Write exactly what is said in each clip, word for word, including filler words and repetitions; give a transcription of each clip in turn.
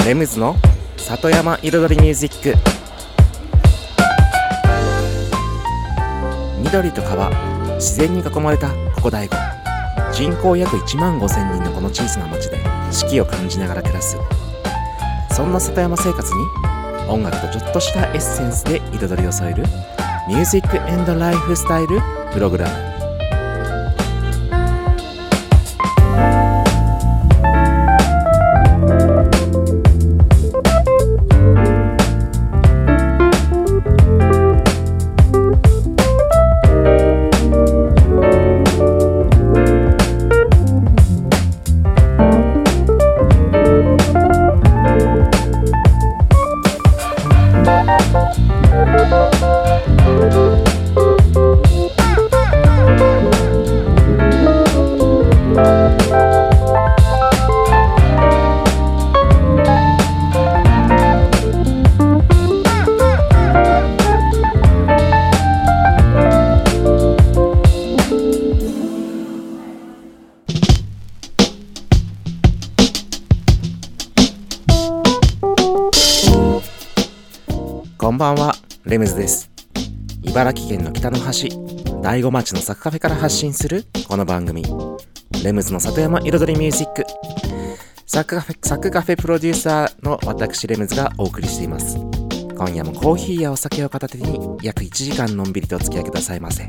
レムズの里山彩りミュージック。緑と川、自然に囲まれたここ大子。人口約いちまんごせんにんのこの小さな町で四季を感じながら暮らす。そんな里山生活に音楽とちょっとしたエッセンスで彩りを添えるミュージック&ライフスタイルプログラム。こんばんは、レムズです。茨城県の北の端、大子町のサクカフェから発信するこの番組、レムズの里山彩りミュージック。サクカフェ、サクカフェプロデューサーの私レムズがお送りしています。今夜もコーヒーやお酒を片手に約いちじかんのんびりとお付き合いくださいませ。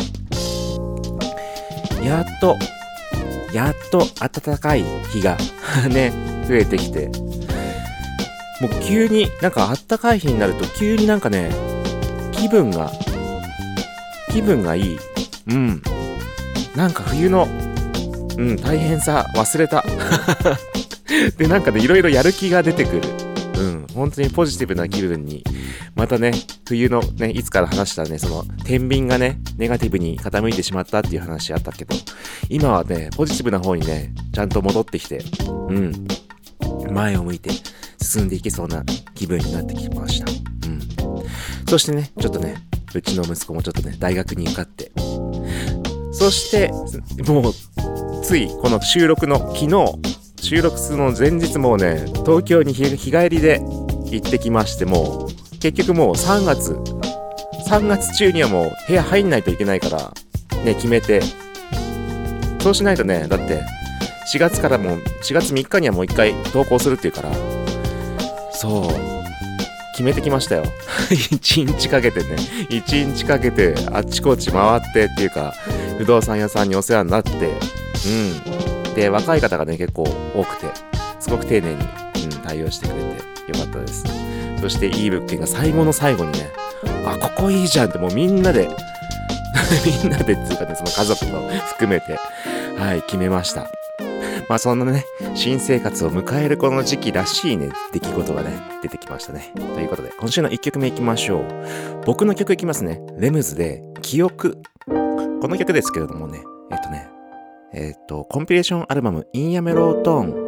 やっと、やっと暖かい日がね、増えてきて、もう急になんかあったかい日になると急になんかね気分が気分がいい。うんなんか冬のうん大変さ忘れたでなんかねいろいろやる気が出てくる。うん本当にポジティブな気分にまたね冬のねいつから話したねその天秤がねネガティブに傾いてしまったっていう話あったけど、今はねポジティブな方にねちゃんと戻ってきてうん前を向いて進んでいけそうな気分になってきました。うん。そしてね、ちょっとね、うちの息子もちょっとね、大学に受かって、そしてもうついこの収録の昨日、収録するの前日もね、東京に日帰りで行ってきまして、もう結局もうさんがつ、さんがつ中にはもう部屋入んないといけないからね決めて、そうしないとね、だってしがつからもうしがつみっかにはもう一回登校するっていうから。そう決めてきましたよ一日かけてね一日かけてあっちこっち回ってっていうか不動産屋さんにお世話になってうんで若い方がね結構多くてすごく丁寧に、うん、対応してくれてよかったです。そしていい物件が最後の最後にねあここいいじゃんってもうみんなでみんなでっていうかねその家族も含めてはい決めました。まあそんなね新生活を迎えるこの時期らしいね出来事がね出てきましたね。ということで今週のいっきょくめいきましょう。僕の曲いきますね。レムズで記憶。この曲ですけれどもねえっとねえっとコンピレーションアルバムインヤメロートーン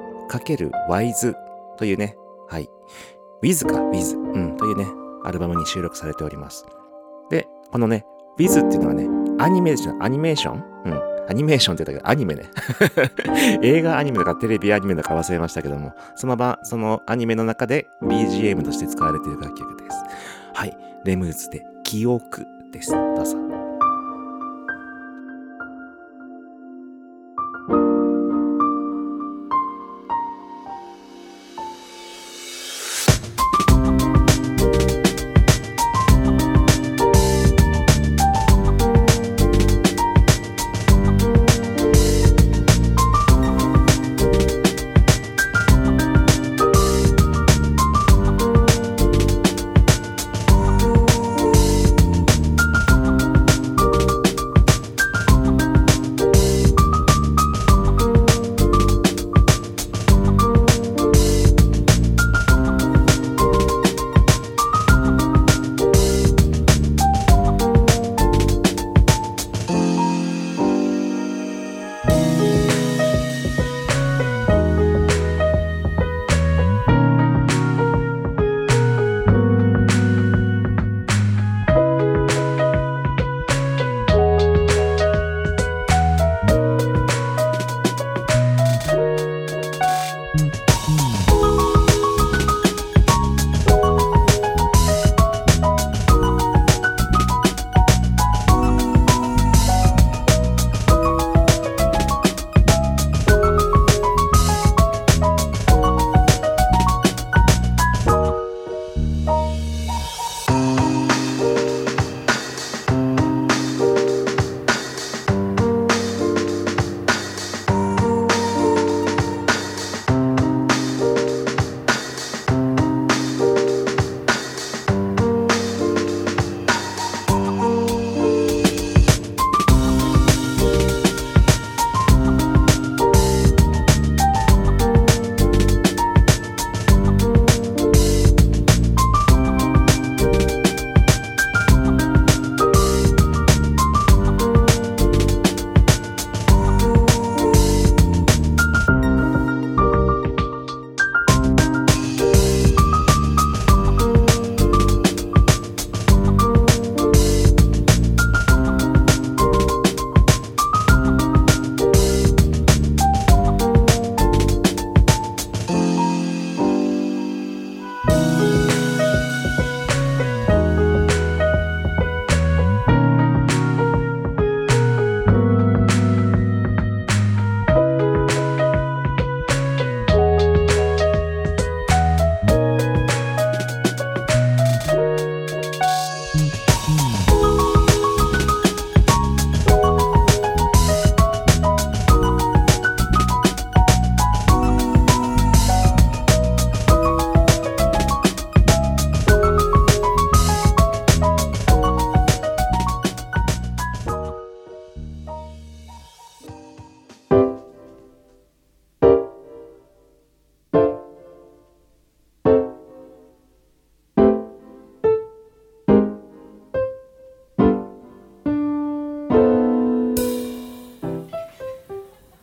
×ワイズというねはいウィズかウィズうんというねアルバムに収録されております。でこのねウィズっていうのはねアニメーションアニメーションうんアニメーションって言ったけどアニメね映画アニメとかテレビアニメとか忘れましたけども、その場そのアニメの中で ビージーエム として使われている楽曲です。はい、レムーズで記憶です。どうぞ。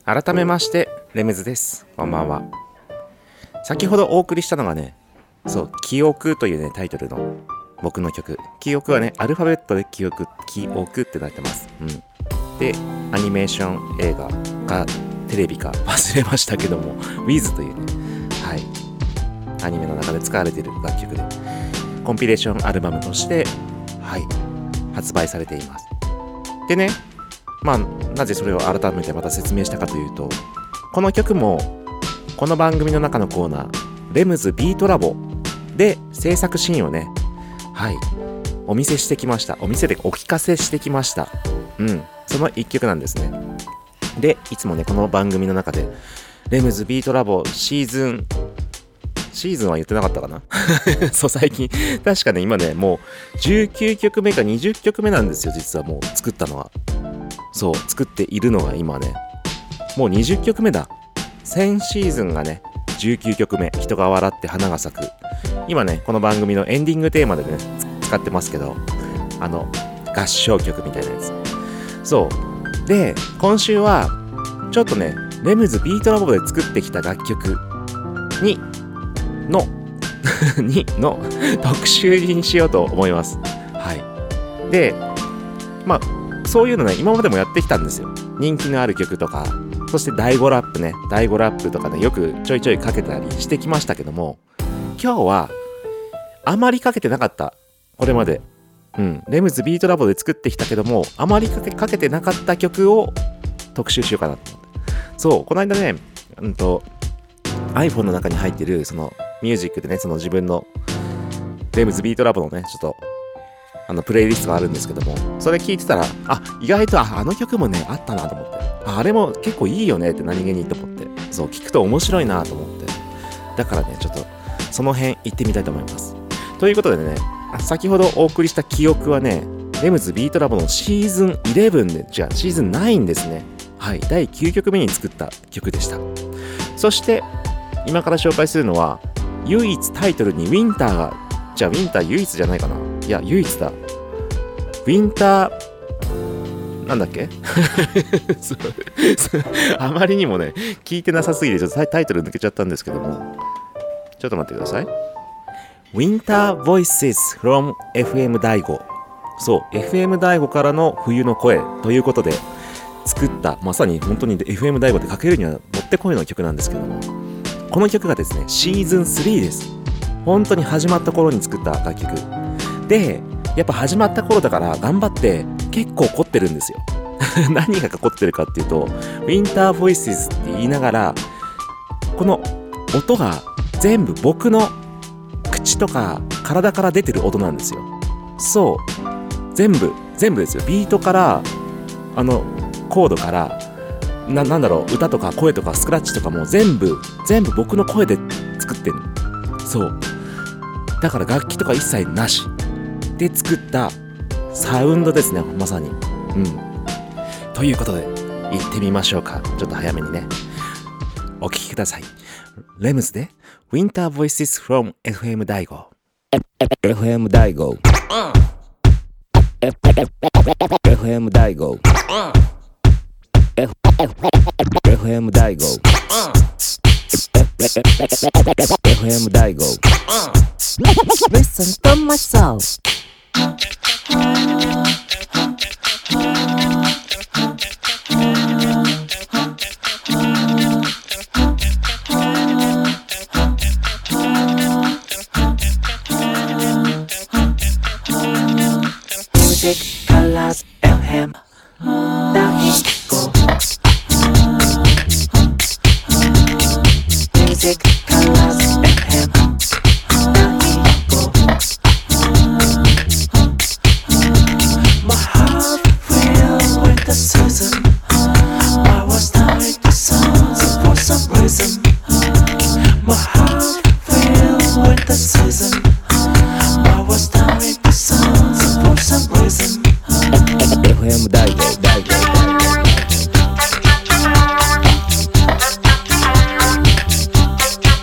改めましてレムズです。こんばんは。先ほどお送りしたのがね、そう記憶というねタイトルの僕の曲。記憶はねアルファベットで記憶記憶ってなってます。うん。でアニメーション映画かテレビか忘れましたけども Wiz というね、はいアニメの中で使われている楽曲でコンピレーションアルバムとしてはい発売されています。でね、まあなぜそれを改めてまた説明したかというと、この曲もこの番組の中のコーナーレムズビートラボで制作シーンをね、はいお見せしてきました。お見せでお聞かせしてきました。うん、その一曲なんですね。でいつもねこの番組の中でレムズビートラボシーズンシーズンは言ってなかったかなそう最近確かね今ねもうじゅうきゅうきょくめかにじゅっきょくめなんですよ。実はもう作ったのはそう作っているのが今ねもうにじゅっきょくめだ。先シーズンがねじゅうきゅうきょくめ、人が笑って花が咲く。今ねこの番組のエンディングテーマでね使ってますけど、あの合唱曲みたいなやつ。そうで今週はちょっとねレムズビートラボで作ってきた楽曲にのにの特集にしようと思います。はいでまあそういうのね今までもやってきたんですよ。人気のある曲とか、そして第ごラップね第ごラップとかねよくちょいちょいかけたりしてきましたけども、今日はあまりかけてなかった。これまでうんレムズビートラボで作ってきたけどもあまりかけ、かけてなかった曲を特集しようかなと思って。そうこの間ねうんと iPhone の中に入ってるそのミュージックでねその自分のレムズビートラボのねちょっとあのプレイリストがあるんですけども、それ聞いてたらあ意外と あ, あの曲もねあったなと思って、 あ, あれも結構いいよねって何気にと思って、そう聞くと面白いなと思って、だからねちょっとその辺行ってみたいと思います。ということでね先ほどお送りした記憶はねレムズビートラボのシーズンじゅういちでじゃあシーズンきゅうですね。はいだいきゅうきょくめに作った曲でした。そして今から紹介するのは唯一タイトルにウィンターが、じゃあウィンター唯一じゃないかな、いや唯一だ、ウィンターなんだっけあまりにもね聞いてなさすぎてちょっとタイトル抜けちゃったんですけども、ちょっと待ってください。 Winter Voices from エフエム 大悟。そう エフエム 大悟からの冬の声ということで作ったまさに本当に エフエム 大悟でかけるにはもってこいの曲なんですけども、この曲がですねシーズンスリーです。本当に始まった頃に作った楽曲で、やっぱ始まった頃だから頑張って結構凝ってるんですよ何が凝ってるかっていうと Winter Voices って言いながらこの音が全部僕の口とか体から出てる音なんですよ。そう全部全部ですよ。ビートからあのコードからな, なんだろう歌とか声とかスクラッチとかも全部全部僕の声で作ってる。そうだから楽器とか一切なしで作ったサウンドですね、まさに。うんということで行ってみましょうか。ちょっと早めにねお聴きください。レムズで Winter Voices from エフエム 大悟。 エフエム 大悟 エフエム 大悟 エフエム 大悟 エフエム 大悟 Listen to my soul. Music colors エフエム 大悟 Music colors エフエム My heart filled with the season. I was tired to songs for some reason. My heart filled with the season. I was tired to songs for some reason. エフエム 大悟大悟大悟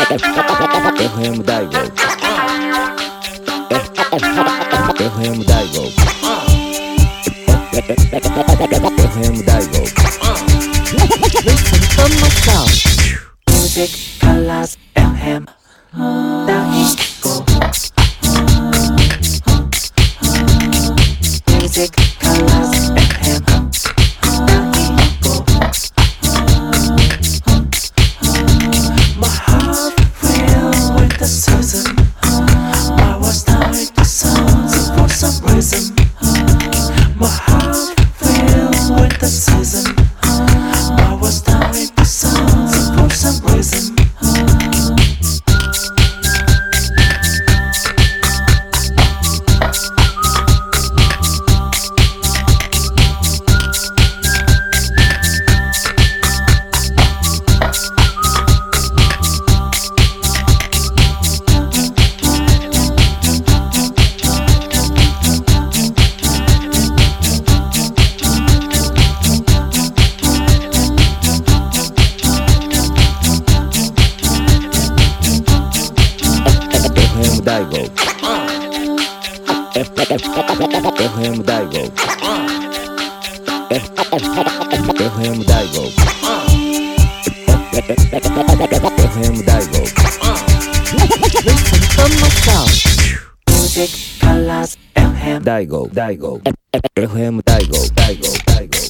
エフエム 大悟 エフエム 大悟 エフエム 大悟 Listen from my sound Music Colors エフエム 大悟 Music Colors エフエム My heart filled with the season I was down with the songs for some reason My heart filled with the season I was down with the songs for some reason大悟 エフエム 大悟 エフエム 大悟 エフエム 大悟 Listen from my sound Music Colors エフエム 大悟大悟 エフエム 大悟大悟大悟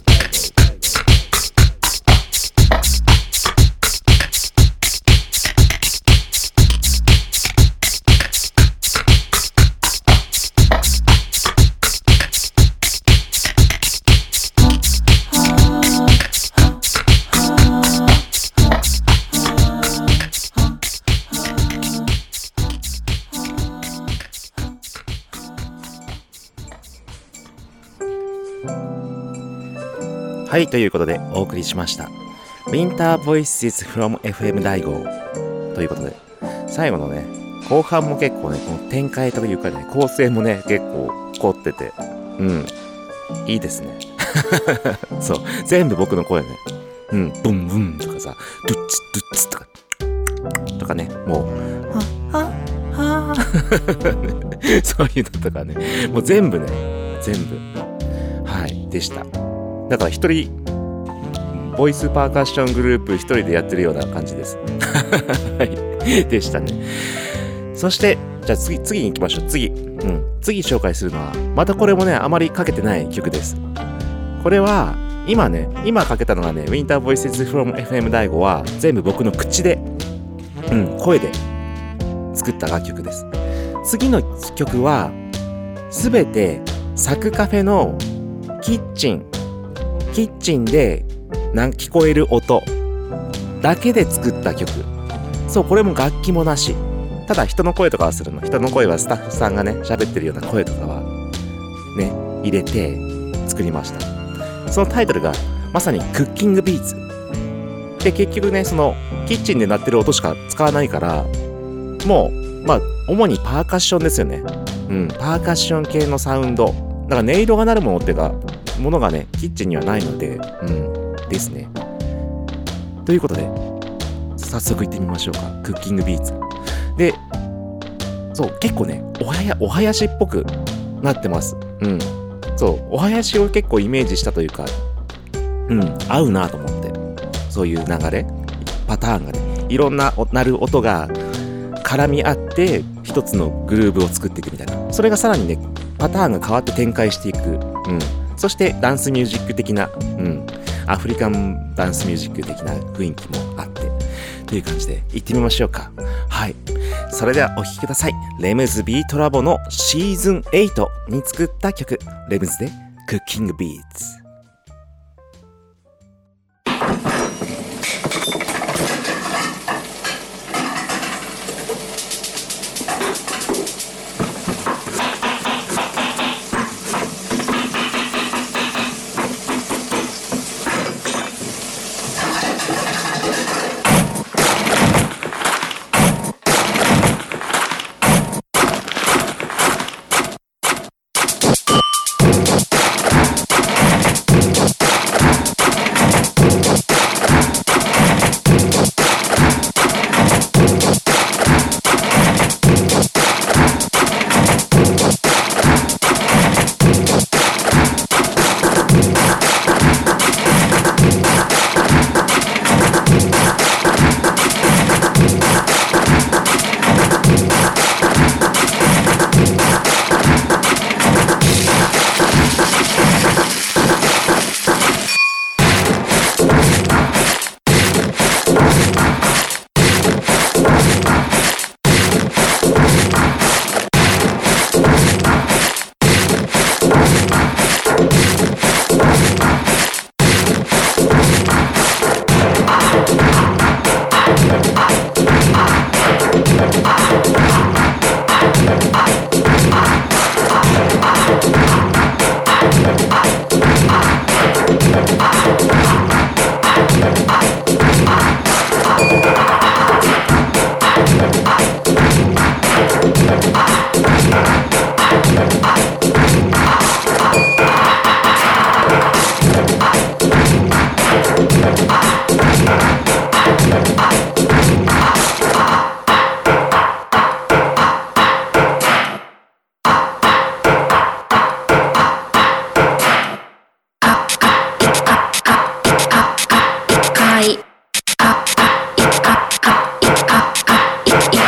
はい、ということでお送りしました Winter Voices from エフエム 大悟ということで、最後のね後半も結構ねこの展開というかね構成もね結構凝ってて、うんいいですねそう全部僕の声ね、うんブンブンとかさドゥッツドゥッツとかとかねもうはははそういうのとかねもう全部ね全部はいでした。だから一人ボイスパーカッショングループ一人でやってるような感じですはいでしたね。そしてじゃあ次次に行きましょう。次、うん、次紹介するのはまたこれもねあまりかけてない曲です。これは今ね今かけたのがね Winter Voices from エフエム 大悟は全部僕の口で、うん、声で作った楽曲です。次の曲はすべてサクカフェのキッチンキッチンでなん聞こえる音だけで作った曲。そうこれも楽器もなし、ただ人の声とかはするの。人の声はスタッフさんがね喋ってるような声とかはね入れて作りました。そのタイトルがまさにクッキングビーツで、結局ねそのキッチンで鳴ってる音しか使わないからもうまあ主にパーカッションですよね。うんパーカッション系のサウンドだから音色が鳴るものっていうかものがねキッチンにはないので、うんですね。ということで早速行ってみましょうか。クッキングビーツで、そう結構ねおはやお囃子っぽくなってます。うんそうお囃子を結構イメージしたというか、うん合うなと思って、そういう流れパターンがねいろんな鳴る音が絡み合って一つのグルーヴを作っていくみたいな、それがさらにねパターンが変わって展開していく。うんそしてダンスミュージック的な、うん、アフリカンダンスミュージック的な雰囲気もあってという感じで行ってみましょうか。はいそれではお聴きください。レムズビートラボのシーズンエイトに作った曲、レムズでクッキングビーツ。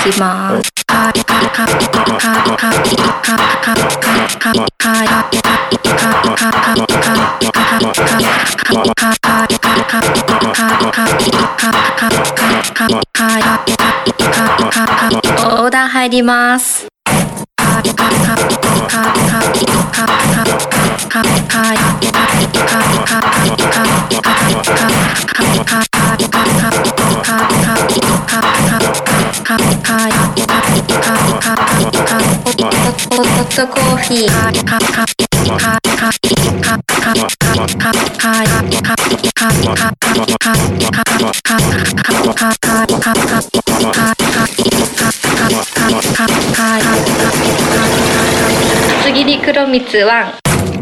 きます。オーダー入ります。ホットコーヒー厚切り黒蜜ワン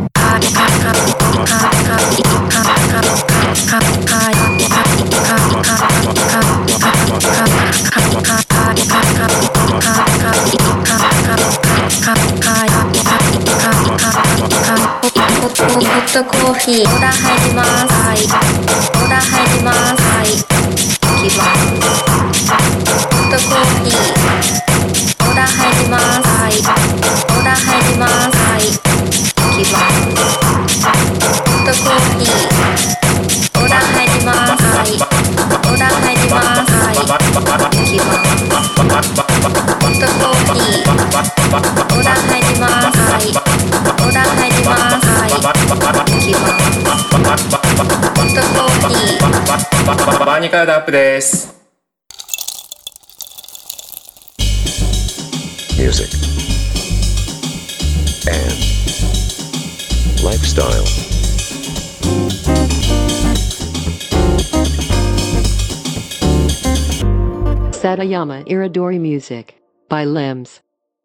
ホットコーヒーオーダー入ります。はい。オーダー入ります。はい。いきます。ホットコーヒーオーダー入ります。はい。オーダー入ります。はい。いきます。ホットコーヒーオーダー入ります。はい。オーダー入ります。はい。いきます。ホットコーヒーオーダー入ります。はい。オーダー入ります。はい。いきます。ホットコーヒーバーニカルドアップです。 Music and lifestyle. Satayama Iridori Music by Limbs.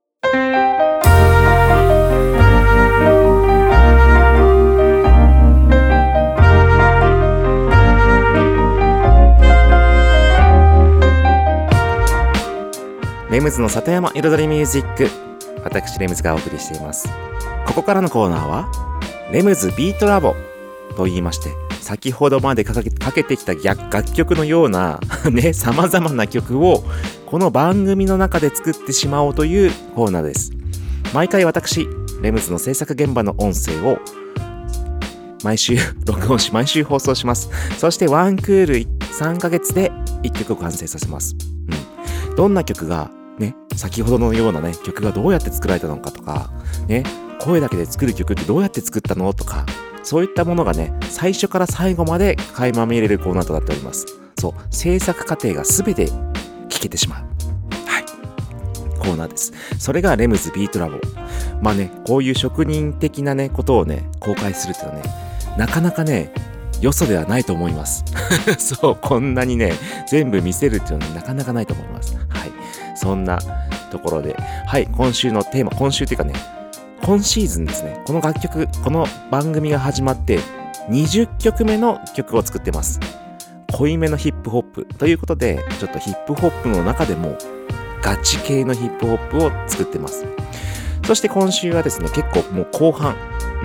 レムズの里山彩りミュージック、私レムズがお送りしています。ここからのコーナーはレムズビートラボと言いまして、先ほどまでかけ、かけてきた楽曲のようなね、様々な曲をこの番組の中で作ってしまおうというコーナーです。毎回私レムズの制作現場の音声を毎週録音し、毎週放送します。そしてワンクールさんかげつでいっきょくを完成させます。うん、どんな曲がね、先ほどのようなね、曲がどうやって作られたのかとか、ね、声だけで作る曲ってどうやって作ったのとか、そういったものがね、最初から最後まで垣間見れるコーナーとなっております。そう、制作過程がすべて聞けてしまう。はい。コーナーです。それがレムズビートラボ。まあね、こういう職人的なね、ことをね、公開するっていうのはね、なかなかね、よそではないと思います。そう、こんなにね、全部見せるっていうのはなかなかないと思います。はい。そんなところで、はい、今週のテーマ、今週っていうかね、今シーズンですね、この楽曲、この番組が始まってにじゅっきょくめの曲を作ってます。濃いめのヒップホップということで、ちょっとヒップホップの中でもガチ系のヒップホップを作ってます。そして今週はですね、結構もう後半、うん、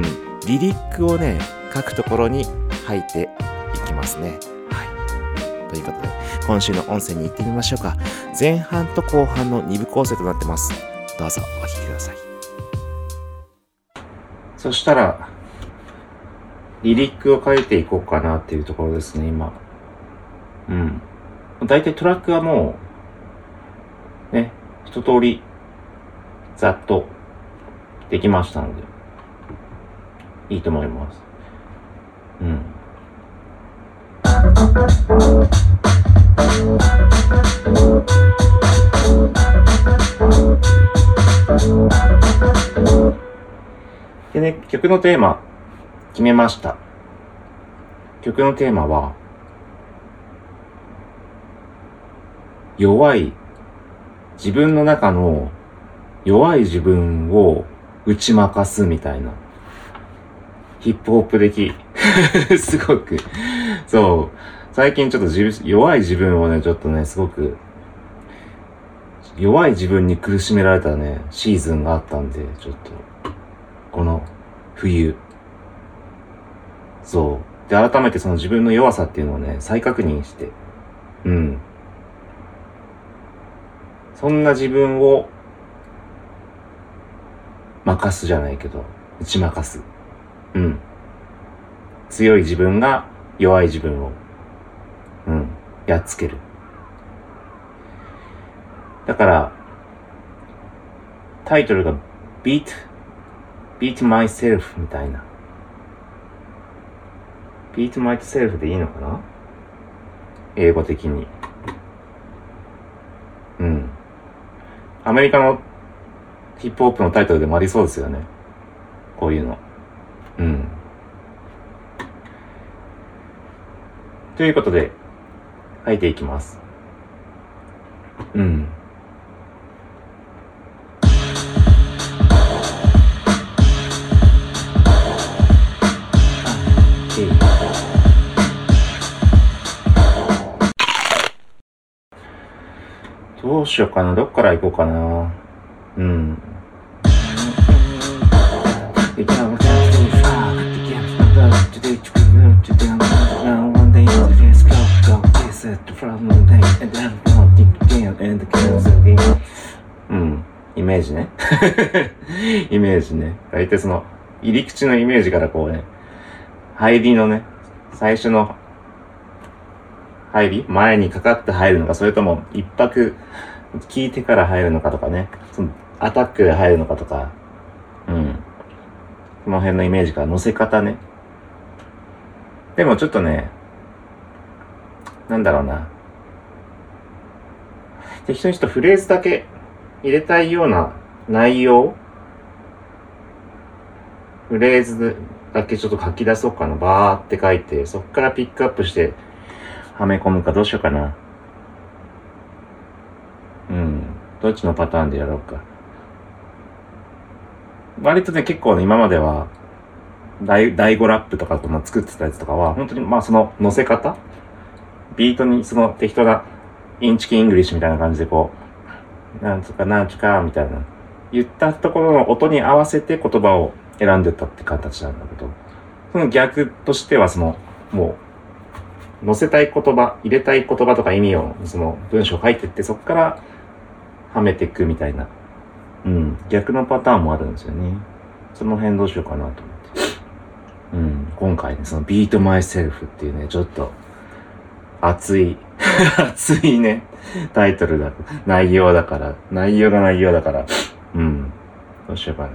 リリックをね、書くところに入っていきますね。はい。ということで、今週の音声に行ってみましょうか。前半と後半のに部構成となってます。どうぞお聴きください。そしたら、リリックを書いていこうかなっていうところですね、今。うん。だいたいトラックはもう、ね、一通り、ざっと、できましたので、いいと思います。うん。でね、曲のテーマ決めました。曲のテーマは弱い自分の中の弱い自分を打ち負かすみたいなヒップホップ的すごくそう最近ちょっと自弱い自分をねちょっとねすごく弱い自分に苦しめられたねシーズンがあったんでちょっとこの冬そうで改めてその自分の弱さっていうのをね再確認してうんそんな自分を任すじゃないけど、打ち負かす。うん。強い自分が弱い自分を、うん、やっつける。だから、タイトルが Beat, Beat Myself みたいな。Beat Myself でいいのかな？英語的に。うん。アメリカのヒップホップのタイトルでもありそうですよね。こういうの。うん。ということで、書いていきます。うん。どうしようかな。どっから行こうかな。うん。うん。イメージね。イメージね。大体その、入り口のイメージからこうね、入りのね、最初の入り前にかかって入るのか、それとも一泊聞いてから入るのかとかね、そのアタックで入るのかとか、うん。この辺のイメージから乗せ方ね。でもちょっとね、なんだろうな。適当にちょっとフレーズだけ入れたいような内容、フレーズだけちょっと書き出そうかな。バーって書いて、そっからピックアップしてはめ込むかどうしようかな。うん。どっちのパターンでやろうか。割とね、結構ね、今までは、第五ラップとかとも作ってたやつとかは、本当にまあその乗せ方、ビートにその適当なインチキイングリッシュみたいな感じでこう、なんとかなんとかみたいな、言ったところの音に合わせて言葉を選んでったって形なんだけど、その逆としてはその、もう、載せたい言葉、入れたい言葉とか意味を、その文章を書いてって、そこからはめていくみたいな、うん、逆のパターンもあるんですよね。その辺どうしようかなと思って。うん、今回ね、その Beat Myself っていうね、ちょっと、熱い、熱いね、タイトルだ、内容だから、内容が内容だから、うん、どうしようかな。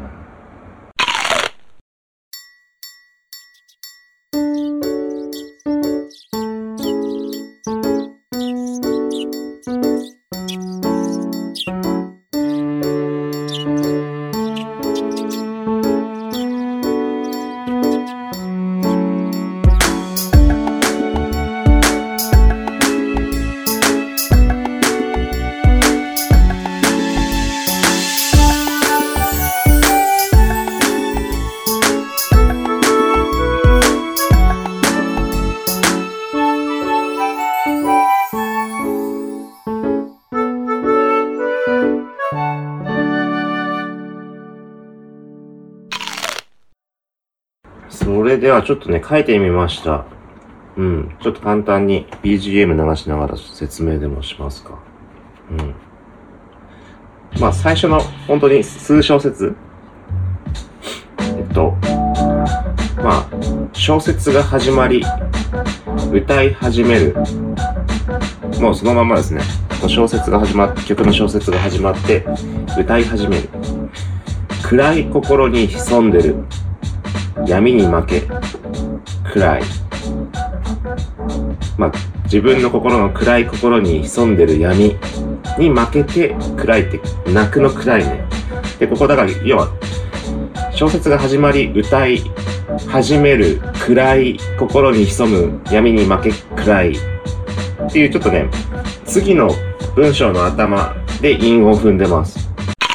それではちょっとね、書いてみました。うん。ちょっと簡単に ビージーエム 流しながら説明でもしますか。うん。まあ最初の本当に数小節。えっと、まあ、小説が始まり、歌い始める。もうそのままですね。小説が始まって、曲の小説が始まって、歌い始める。暗い心に潜んでる。闇に負け、暗い。まあ、自分の心の暗い心に潜んでる闇に負けて暗いって、泣くの暗いね。で、ここだから、要は、小説が始まり、歌い始める、暗い心に潜む、闇に負け、暗い。っていう、ちょっとね、次の文章の頭で韻を踏んでます。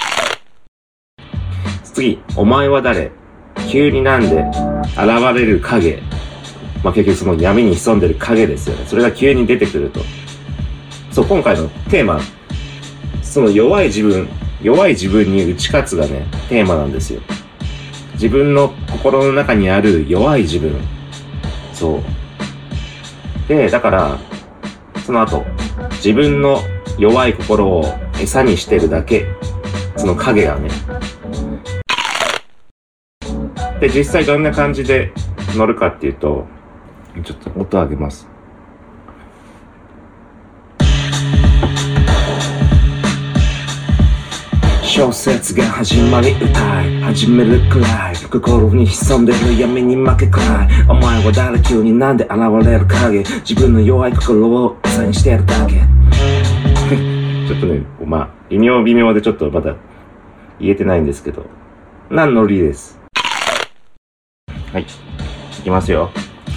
次、お前は誰？急になんで現れる影。まあ、結局その闇に潜んでる影ですよね。それが急に出てくると。そう、今回のテーマ、その弱い自分、弱い自分に打ち勝つがね、テーマなんですよ。自分の心の中にある弱い自分。そう。で、だから、その後、自分の弱い心を餌にしてるだけ。その影がね。で、実際どんな感じで乗るかっていうと、ちょっと音上げます。小説が始まり歌い始めるくらい心に潜んでる闇に負けくらいお前は誰急になんで現れる影自分の弱い心を餌にしてるだけちょっとね、まあ微妙微妙でちょっとまだ言えてないんですけど何のりです。はい、いきますよ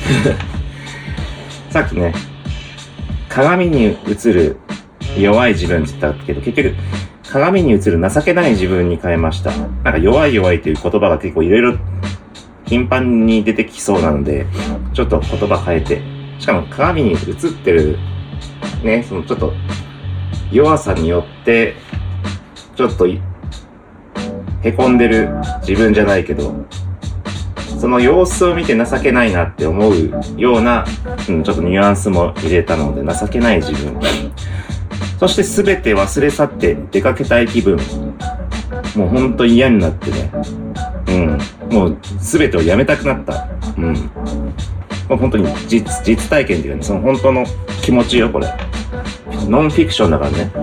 さっきね鏡に映る弱い自分って言ったけど結局鏡に映る情けない自分に変えました。なんか弱い弱いという言葉が結構いろいろ頻繁に出てきそうなので、ちょっと言葉変えて、しかも鏡に映ってるね、そのちょっと弱さによって、ちょっとへこんでる自分じゃないけど、その様子を見て情けないなって思うような、うん、ちょっとニュアンスも入れたので、情けない自分。そして全て忘れ去って出かけたい気分。もうほんと嫌になってね。うん。もう全てをやめたくなった。うん。もう本当に実、実体験っていうかね、その本当の気持ちよ、これ。ノンフィクションだからね。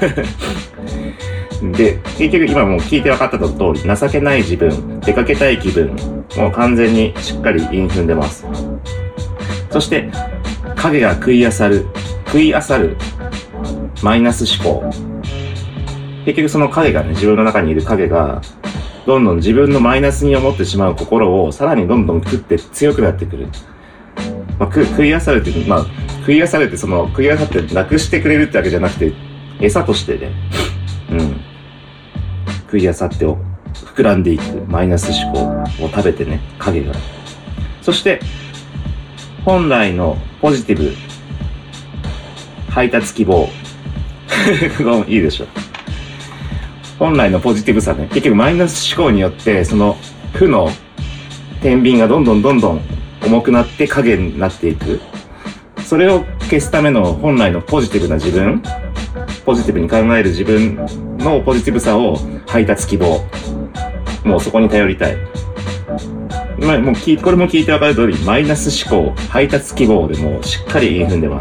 で、結局今もう聞いて分かった通り、情けない自分、出かけたい気分、もう完全にしっかり韻踏んでます。そして、影が食い漁る、食い漁る、マイナス思考。結局その影がね、自分の中にいる影が、どんどん自分のマイナスに思ってしまう心をさらにどんどん食って強くなってくる。まあ、食、食い漁るって、まあ、食い漁るってその、食い漁ってなくしてくれるってわけじゃなくて、餌としてね、うん。食い漁ってを膨らんでいくマイナス思考を食べてね、影が。そして、本来のポジティブ、配達希望。いいでしょ。本来のポジティブさね。結局マイナス思考によって、その負の天秤がどんどんどんどん重くなって影になっていく。それを消すための本来のポジティブな自分、ポジティブに考える自分のポジティブさを配達希望。もうそこに頼りたい。まあ、もう聞いこれも聞いてわかる通り、マイナス思考、配達希望でもうしっかり韻踏んでます。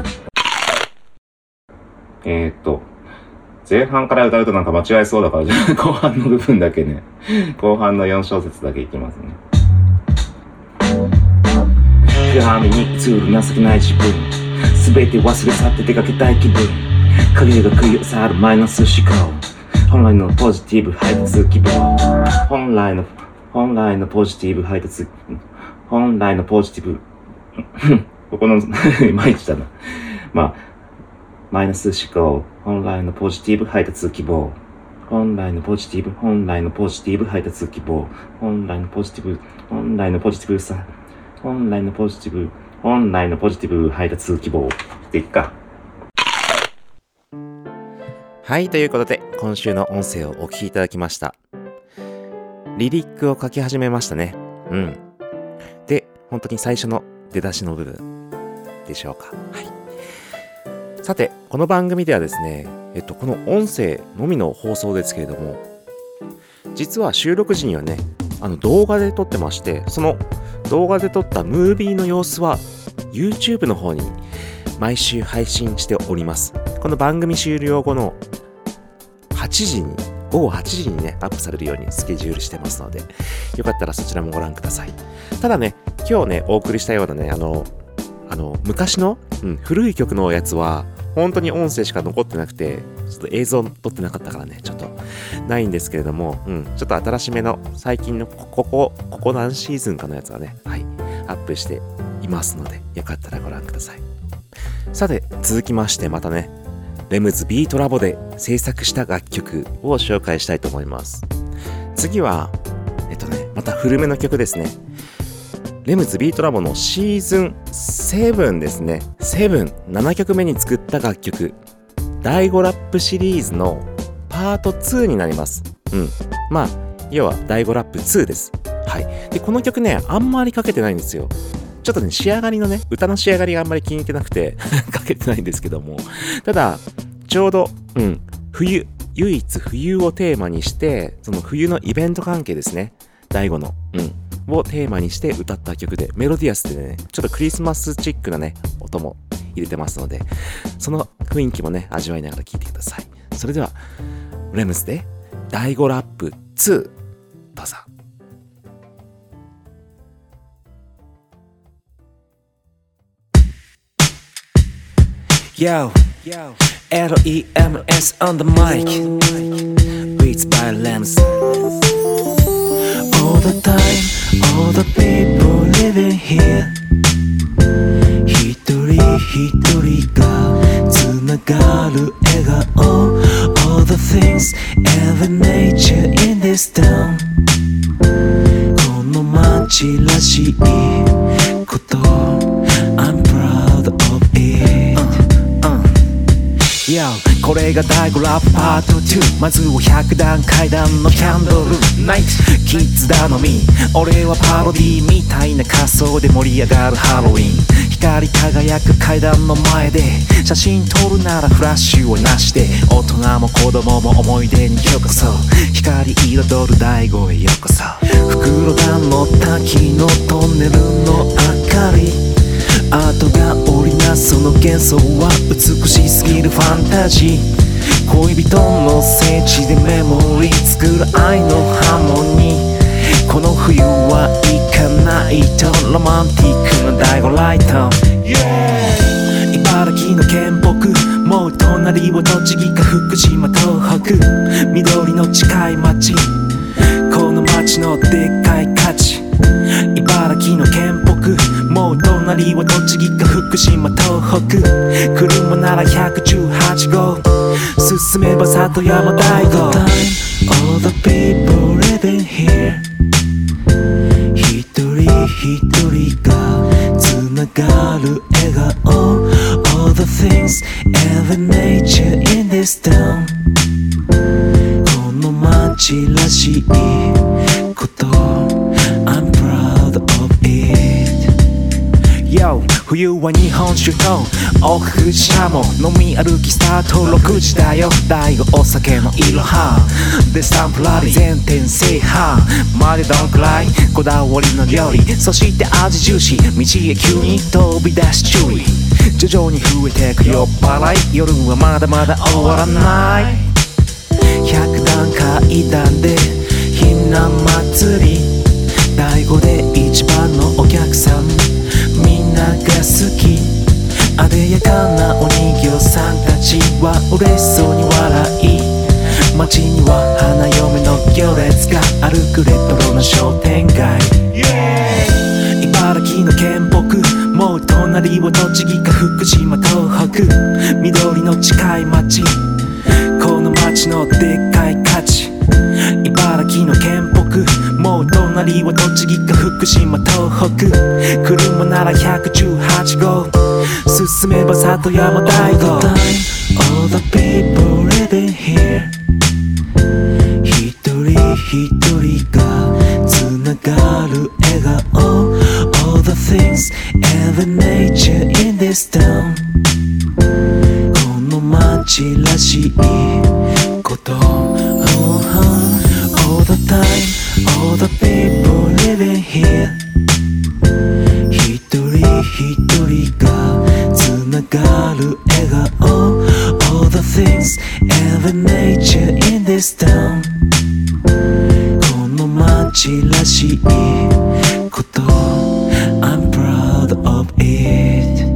えーっと、前半から歌うとなんか間違えそうだから、後半の部分だけね、後半のよん小節だけいきますね。鏡に映る情けない自分、すべて忘れ去って出かけたい気分、影が食い漁るマイナス思考、本来のポジティブ配達希望、本来の、本来のポジティブ配達、本来のポジティブ、ここの、いまいちだな。まあ、マイナス思考、本来のポジティブ配達希望。本来のポジティブ、本来のポジティブ配達希望。本来のポジティブ、本来のポジティブさ。本来のポジティブ、本来のポジティブ配達希望。っていっか。はい、ということで、今週の音声をお聞きいただきました。リリックを書き始めましたね。うん。で、本当に最初の出だしの部分でしょうか。はい。さて、この番組ではですね、えっと、この音声のみの放送ですけれども、実は収録時にはね、あの動画で撮ってまして、その動画で撮ったムービーの様子は YouTube の方に毎週配信しております。この番組終了後のはちじに、午後はちじにね、アップされるようにスケジュールしてますので、よかったらそちらもご覧ください。ただね、今日ね、お送りしたようなね、あの、あの、昔の、うん、古い曲のやつは、本当に音声しか残ってなくて、ちょっと映像撮ってなかったからね、ちょっとないんですけれども、うん、ちょっと新しめの最近のここ、ここ何シーズンかのやつがね、はい、アップしていますので、よかったらご覧ください。さて、続きましてまたね、レムズビートラボで制作した楽曲を紹介したいと思います。次は、えっとね、また古めの曲ですね。レムズビートラボのシーズンセブンですね。セブン、ななきょくめに作った楽曲。だいごラップシリーズのパートツーになります。うん。まあ、要はだいごラップツーです。はい。で、この曲ね、あんまりかけてないんですよ。ちょっとね、仕上がりのね、歌の仕上がりがあんまり気に入ってなくて、かけてないんですけども。ただ、ちょうど、うん、 冬、唯一冬をテーマにして、その冬のイベント関係ですね。大悟の、うん、をテーマにして歌った曲で、メロディアスでね、ちょっとクリスマスチックなね、音も入れてますので、その雰囲気もね、味わいながら聴いてください。それでは、レムズで、大悟ラップツー、どうぞ。Yo, L E M S on the mic, beats by Lems. All the time, all the people living here. 一人一人がつながる笑顔。All the things, every nature in this town. この街らしいこと。I'm proud of it.Yo これが大悟ラップパートツー。まずはひゃくだん階段のキャンドルナイト。キッズ頼み、俺はパロディみたいな仮装で盛り上がるハロウィン。光り輝く階段の前で写真撮るならフラッシュをなしで、大人も子供も思い出にようこそ。光彩る大悟へようこそ。袋田の滝のトンネルの明かり、アートが織りなすその幻想は美しすぎるファンタジー。恋人の聖地でメモリー作る愛のハーモニー。この冬は行かないとロマンティックな大悟ライト、yeah! 茨城の県北、もう隣は栃木か福島東北。緑の近い町、この町のでっかい価値。茨城の県北、もう隣は栃木か福島東北。車ならひゃくじゅうはちごう、進めば里山大悟。 All the people living here、 一人一人がつながる笑顔。 All the things, every nature in this town。 この街らしいこと。I'm proud of it。Yo、 冬は日本酒と奥久慈しゃも飲み歩きスタートろくじだよ。大悟お酒のいろはでスタンプラリー全店制覇までどんくらいこだわりの料理、そして味重視。道へ急に飛び出し注意、徐々に増えてく酔っ払い。夜はまだまだ終わらない。ひゃくだん階段でひな祭り、大悟で一番のお客さんみんなが好き。あでやかなお人形さんたちは嬉しそうに笑い、街には花嫁の行列が歩くレトロな商店街、yeah! 茨城の県北、もう隣は栃木か福島東北。緑の近い町、この街のでっかい価値。茨城の県北、もう隣は栃木か福島東北。車ならひゃくじゅうはちごう、進めば里山大悟。 All the people living here、 一人一人がつながる笑顔。 All the things, every nature in this town。 この街らしいこと。All the time, all the people living here。 一人一人がつながる笑顔。 All the things, every nature in this town。 この街らしいこと。 I'm proud of it。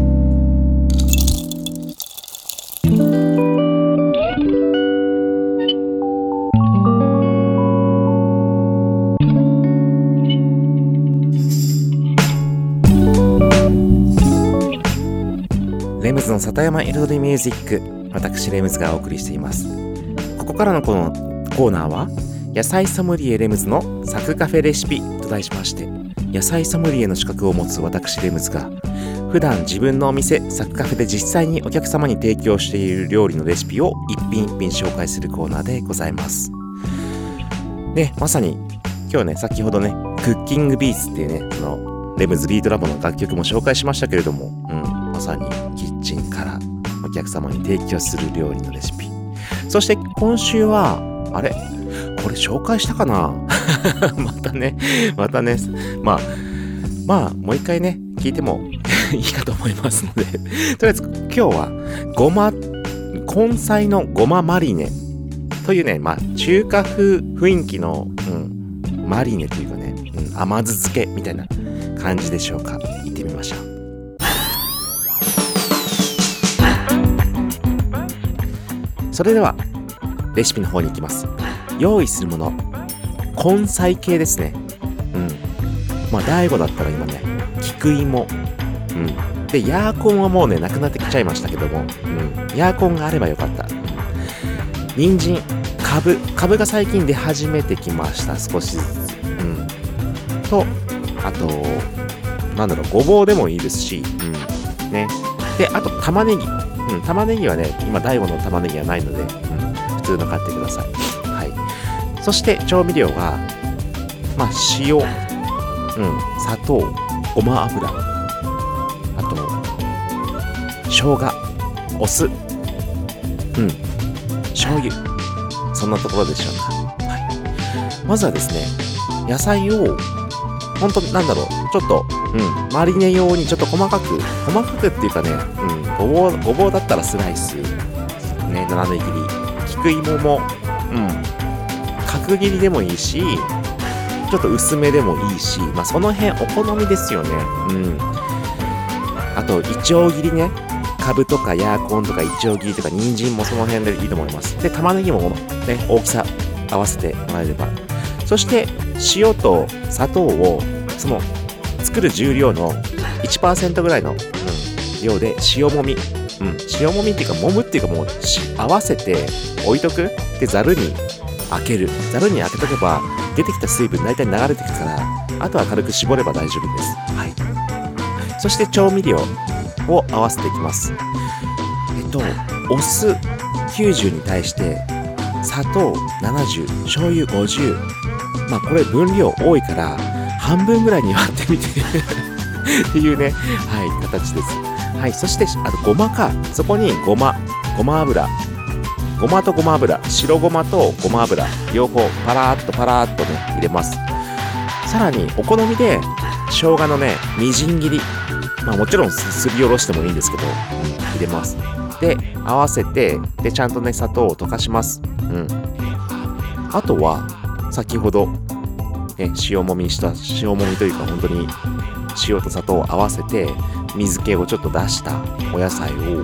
レムズの里山彩りミュージック、私レムズがお送りしています。ここからのこのコーナーは野菜ソムリエレムズのサクカフェレシピと題しまして、野菜ソムリエの資格を持つ私レムズが普段自分のお店サクカフェで実際にお客様に提供している料理のレシピを一品一品紹介するコーナーでございます。で、まさに今日はね、先ほどねクッキングビーツっていうね、そのレムズビートラボの楽曲も紹介しましたけれども、うん、まさにキッチンからお客様に提供する料理のレシピ。 そして今週は、あれこれ紹介したかなまたね、またね、まあ、まあ、もう一回ね、聞いてもいいかと思いますので、とりあえず今日は、ごま、根菜のごまマリネというね、まあ、中華風雰囲気の、うん、マリネというかね、うん、甘酢漬けみたいな感じでしょうか。行ってみましょう。それではレシピの方に行きます。用意するもの、根菜系ですね。うん。まあ大悟だったら今ね、菊芋、うん。でヤーコンはもうねなくなってきちゃいましたけども、うん。ヤーコンがあればよかった。人参、カブ、カブが最近出始めてきました。少しずつ。うん。と、あとなんだろう、ごぼうでもいいですし、うん。ね。であと玉ねぎ。うん、玉ねぎはね、今、大悟の玉ねぎはないので、うん、普通の買ってください。はい。そして、調味料は、まあ、塩、うん、砂糖、ごま油、あと、生姜、お酢、うん、醤油。そんなところでしょうか。はい。まずはですね、野菜を、ほんと、なんだろう、ちょっと、うん、マリネ用にちょっと細かく、細かくっていうかね、うん、ごぼう、ごぼうだったらスライス、ね、斜め切り、菊芋も、うん、角切りでもいいし、ちょっと薄めでもいいし、まあその辺お好みですよね。うん。あと、イチョウ切りね、カブとかヤーコンとかイチョウ切りとか人参もその辺でいいと思います。で、玉ねぎもね、大きさ合わせてもらえれば。そして、塩と砂糖を、その、作る重量の いちパーセント ぐらいの、うん、量で塩もみ、うん、塩もみっていうか揉むっていうかもう合わせて置いとく。でざるに開ける。ざるに開けとけば出てきた水分大体流れてくから、あとは軽く絞れば大丈夫です。はい。そして調味料を合わせていきます。えっとお酢きゅうじゅうに対して砂糖ななじゅう、醤油ごじゅう。まあこれ分量多いから半分ぐらいに割ってみてっていうね、はい、形です。はい、そして、あと、ごまか。そこに、ごま、ごま油。ごまとごま油。白ごまとごま油。両方、パラーっとパラーっとね、入れます。さらに、お好みで、生姜のね、みじん切り。まあ、もちろん、すりおろしてもいいんですけど、うん、入れます。で、合わせて、で、ちゃんとね、砂糖を溶かします。うん。あとは、先ほど、ね、塩もみした、塩もみというか本当に塩と砂糖を合わせて水気をちょっと出したお野菜を、うん、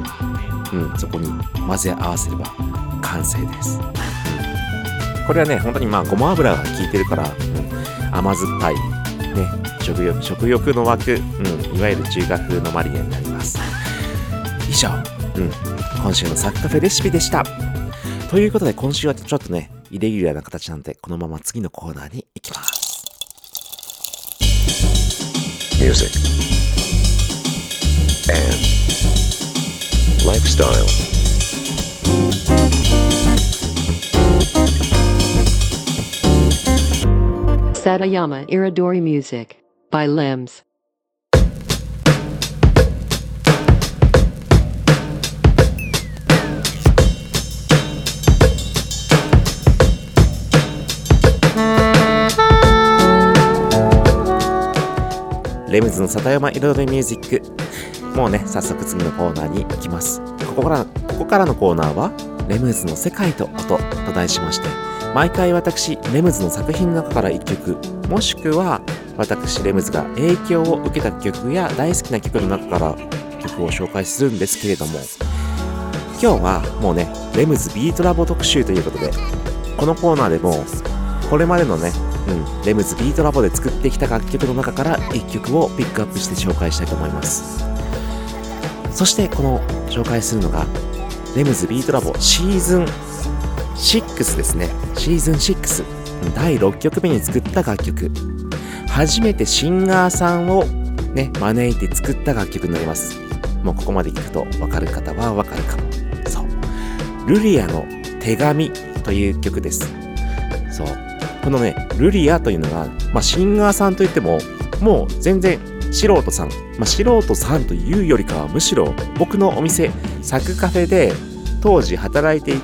そこに混ぜ合わせれば完成です。うん、これはね、本当にまあごま油が効いてるから、うん、甘酸っぱい、ね、食欲、食欲の湧く、うん、いわゆる中華風のマリネになります。以上、うん、今週のサクカフェレシピでした。ということで今週はちょっとね、イレギュラーな形なので、このまま次のコーナーに行きます。 Music and lifestyle. Satayama Iridori Music by Limbs. レムズの里山彩りミュージック。もうね、早速次のコーナーに行きます。ここから、ここからのコーナーは、レムズの世界と音と題しまして、毎回私、レムズの作品の中からいっきょく、もしくは、私、レムズが影響を受けた曲や大好きな曲の中から曲を紹介するんですけれども、今日はもうね、レムズビートラボ特集ということで、このコーナーでも、これまでのね、うん、レムズビートラボで作ってきた楽曲の中からいっきょくをピックアップして紹介したいと思います。そしてこの紹介するのがレムズビートラボシーズンろくですね。シーズンろく、だいろっきょくめに作った楽曲。初めてシンガーさんをね招いて作った楽曲になります。もうここまで聞くと分かる方は分かるかも。そう、ルリアの手紙という曲です。そう、このね、ルリアというのが、まあ、シンガーさんといっても、もう全然素人さん、まあ、素人さんというよりかは、むしろ僕のお店、サクカフェで当時働いていた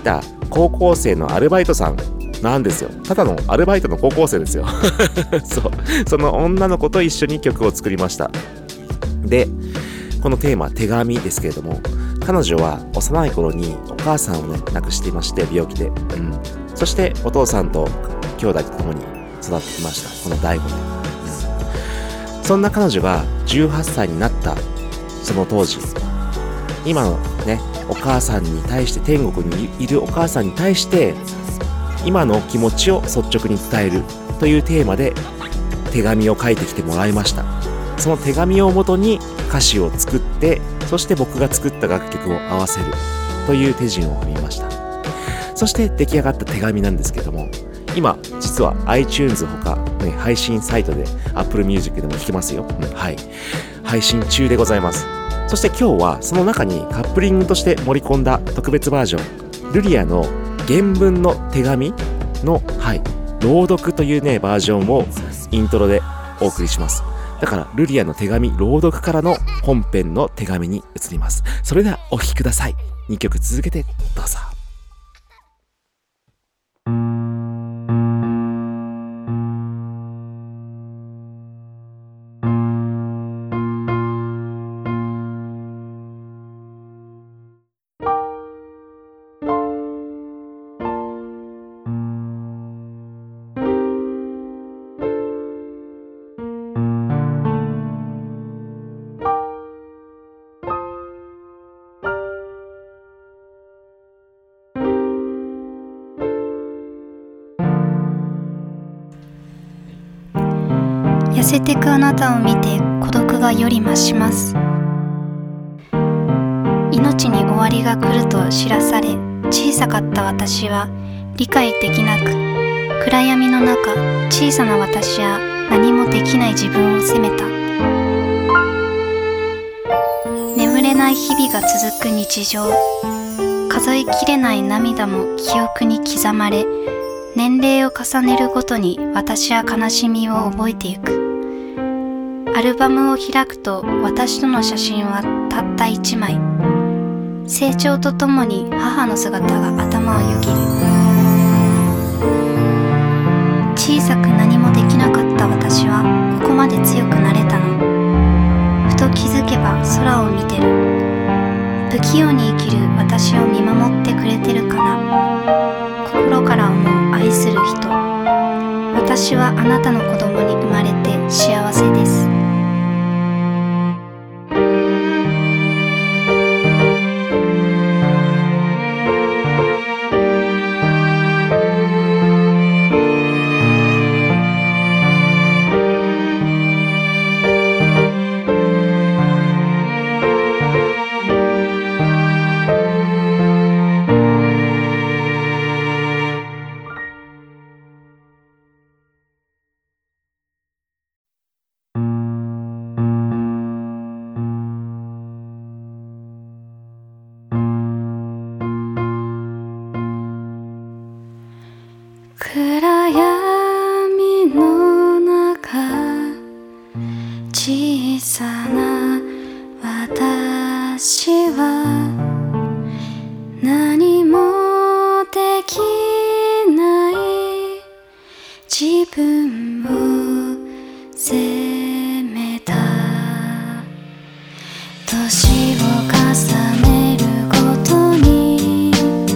高校生のアルバイトさんなんですよ。ただのアルバイトの高校生ですよそうその女の子と一緒に曲を作りました。でこのテーマ手紙ですけれども、彼女は幼い頃にお母さんをね亡くしていまして、病気で、うん、そしてお父さんと兄弟と共に育ってきました、この大悟で、うん、そんな彼女がじゅうはっさいになったその当時、今のねお母さんに対して、天国にいるお母さんに対して今の気持ちを率直に伝えるというテーマで手紙を書いてきてもらいました。その手紙をもとに歌詞を作って、そして僕が作った楽曲を合わせるという手順を踏みました。そして出来上がった手紙なんですけども、今実は iTunes ほか、ね、配信サイトで Apple Music でも聴けますよ、うん、はい、配信中でございます。そして今日はその中にカップリングとして盛り込んだ特別バージョン、ルリアの原文の手紙の、はい、朗読というねバージョンをイントロでお送りします。だからルリアの手紙朗読からの本編の手紙に移ります。それではお聴きください。にきょく続けてどうぞ。 痩せてくあなたを見て孤独がより増します。命に終わりが来ると知らされ、小さかった私は理解できなく、暗闇の中、小さな私は何もできない自分を責めた。眠れない日々が続く日常、数えきれない涙も記憶に刻まれ、年齢を重ねるごとに私は悲しみを覚えてゆく。アルバムを開くと私との写真はたった一枚。成長とともに母の姿が頭をよぎる。小さく何もできなかった私はここまで強くなれたの。ふと気づけば空を見てる。不器用に生きる私を見守ってくれてるかな。心から思う愛する人。私はあなたの子供に生まれて幸せです。暗闇の中、小さな私は何もできない自分を責めた。年を重ねるごとに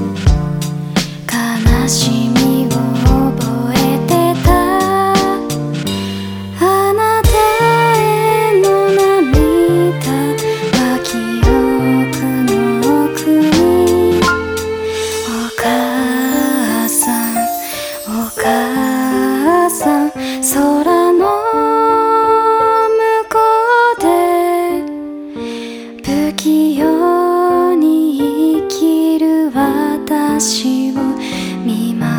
悲しみを私を見守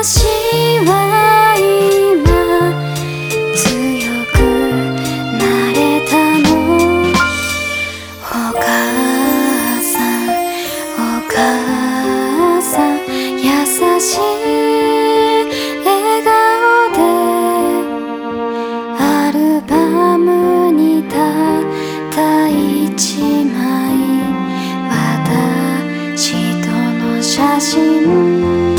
私は今強くなれたの。お母さんお母さん優しい笑顔でアルバムにたった一枚私との写真。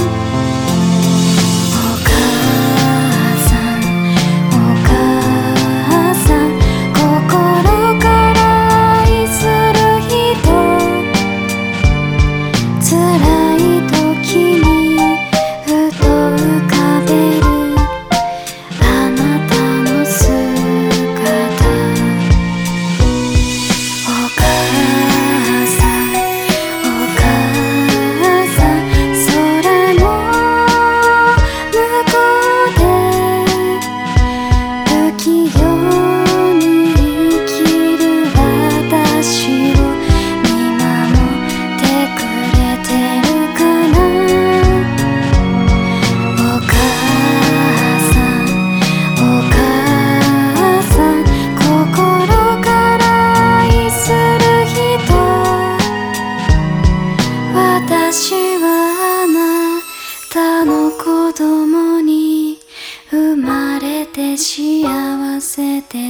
幸せです。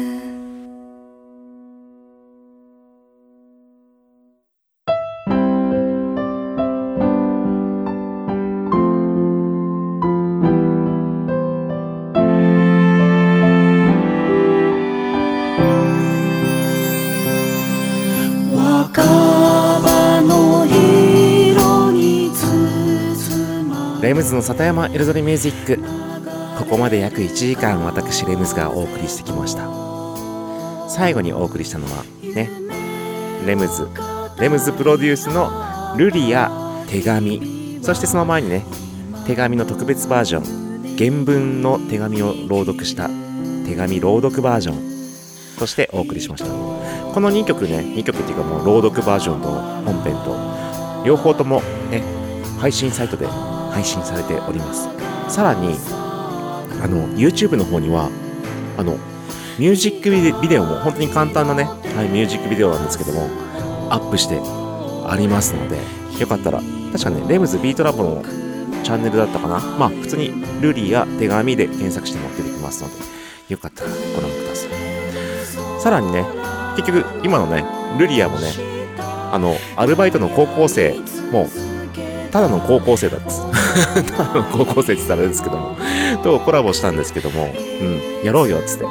レムズの里山彩りミュージック、ここまで約いちじかん私レムズがお送りしてきました。最後にお送りしたのはね、レムズレムズプロデュースのルリや手紙、そしてその前にね、手紙の特別バージョン、原文の手紙を朗読した手紙朗読バージョンとしてお送りしました。このにきょくね、にきょくっていうかもう朗読バージョンと本編と両方ともね、配信サイトで配信されております。さらにあの YouTube の方にはあのミュージックビデオも本当に簡単なね、はい、ミュージックビデオなんですけどもアップしてありますので、よかったら確かね、レムズビートラボのチャンネルだったかな、まあ普通にルリや手紙で検索しても出てきますので、よかったらご覧ください。さらにね、結局今のねルリアもね、あのアルバイトの高校生もただの高校生だったただの高校生って言ったらあれですけどもとコラボしたんですけども、うん、やろうよっつって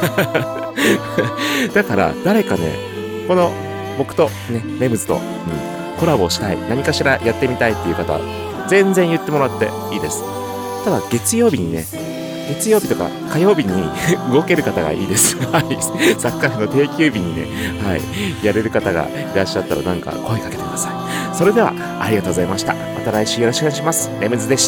だから誰かね、この僕とねレムズと、うん、コラボしたい、何かしらやってみたいっていう方全然言ってもらっていいです。ただ月曜日にね、月曜日とか火曜日に動ける方がいいですはい、サッカーの定休日にね、はい、やれる方がいらっしゃったらなんか声かけてください。それではありがとうございました。また来週よろしくお願いします。レムズでした。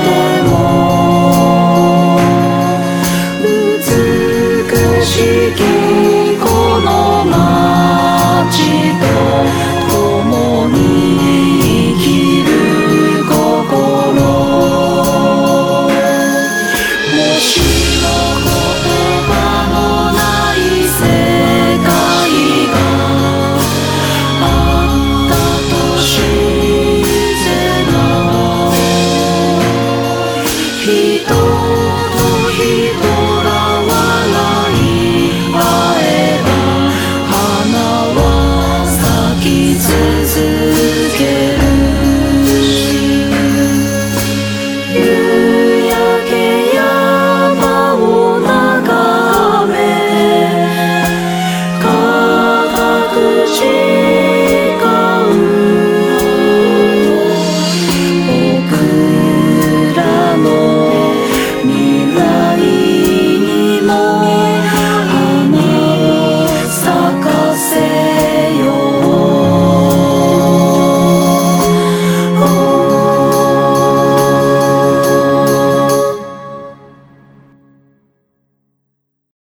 美しき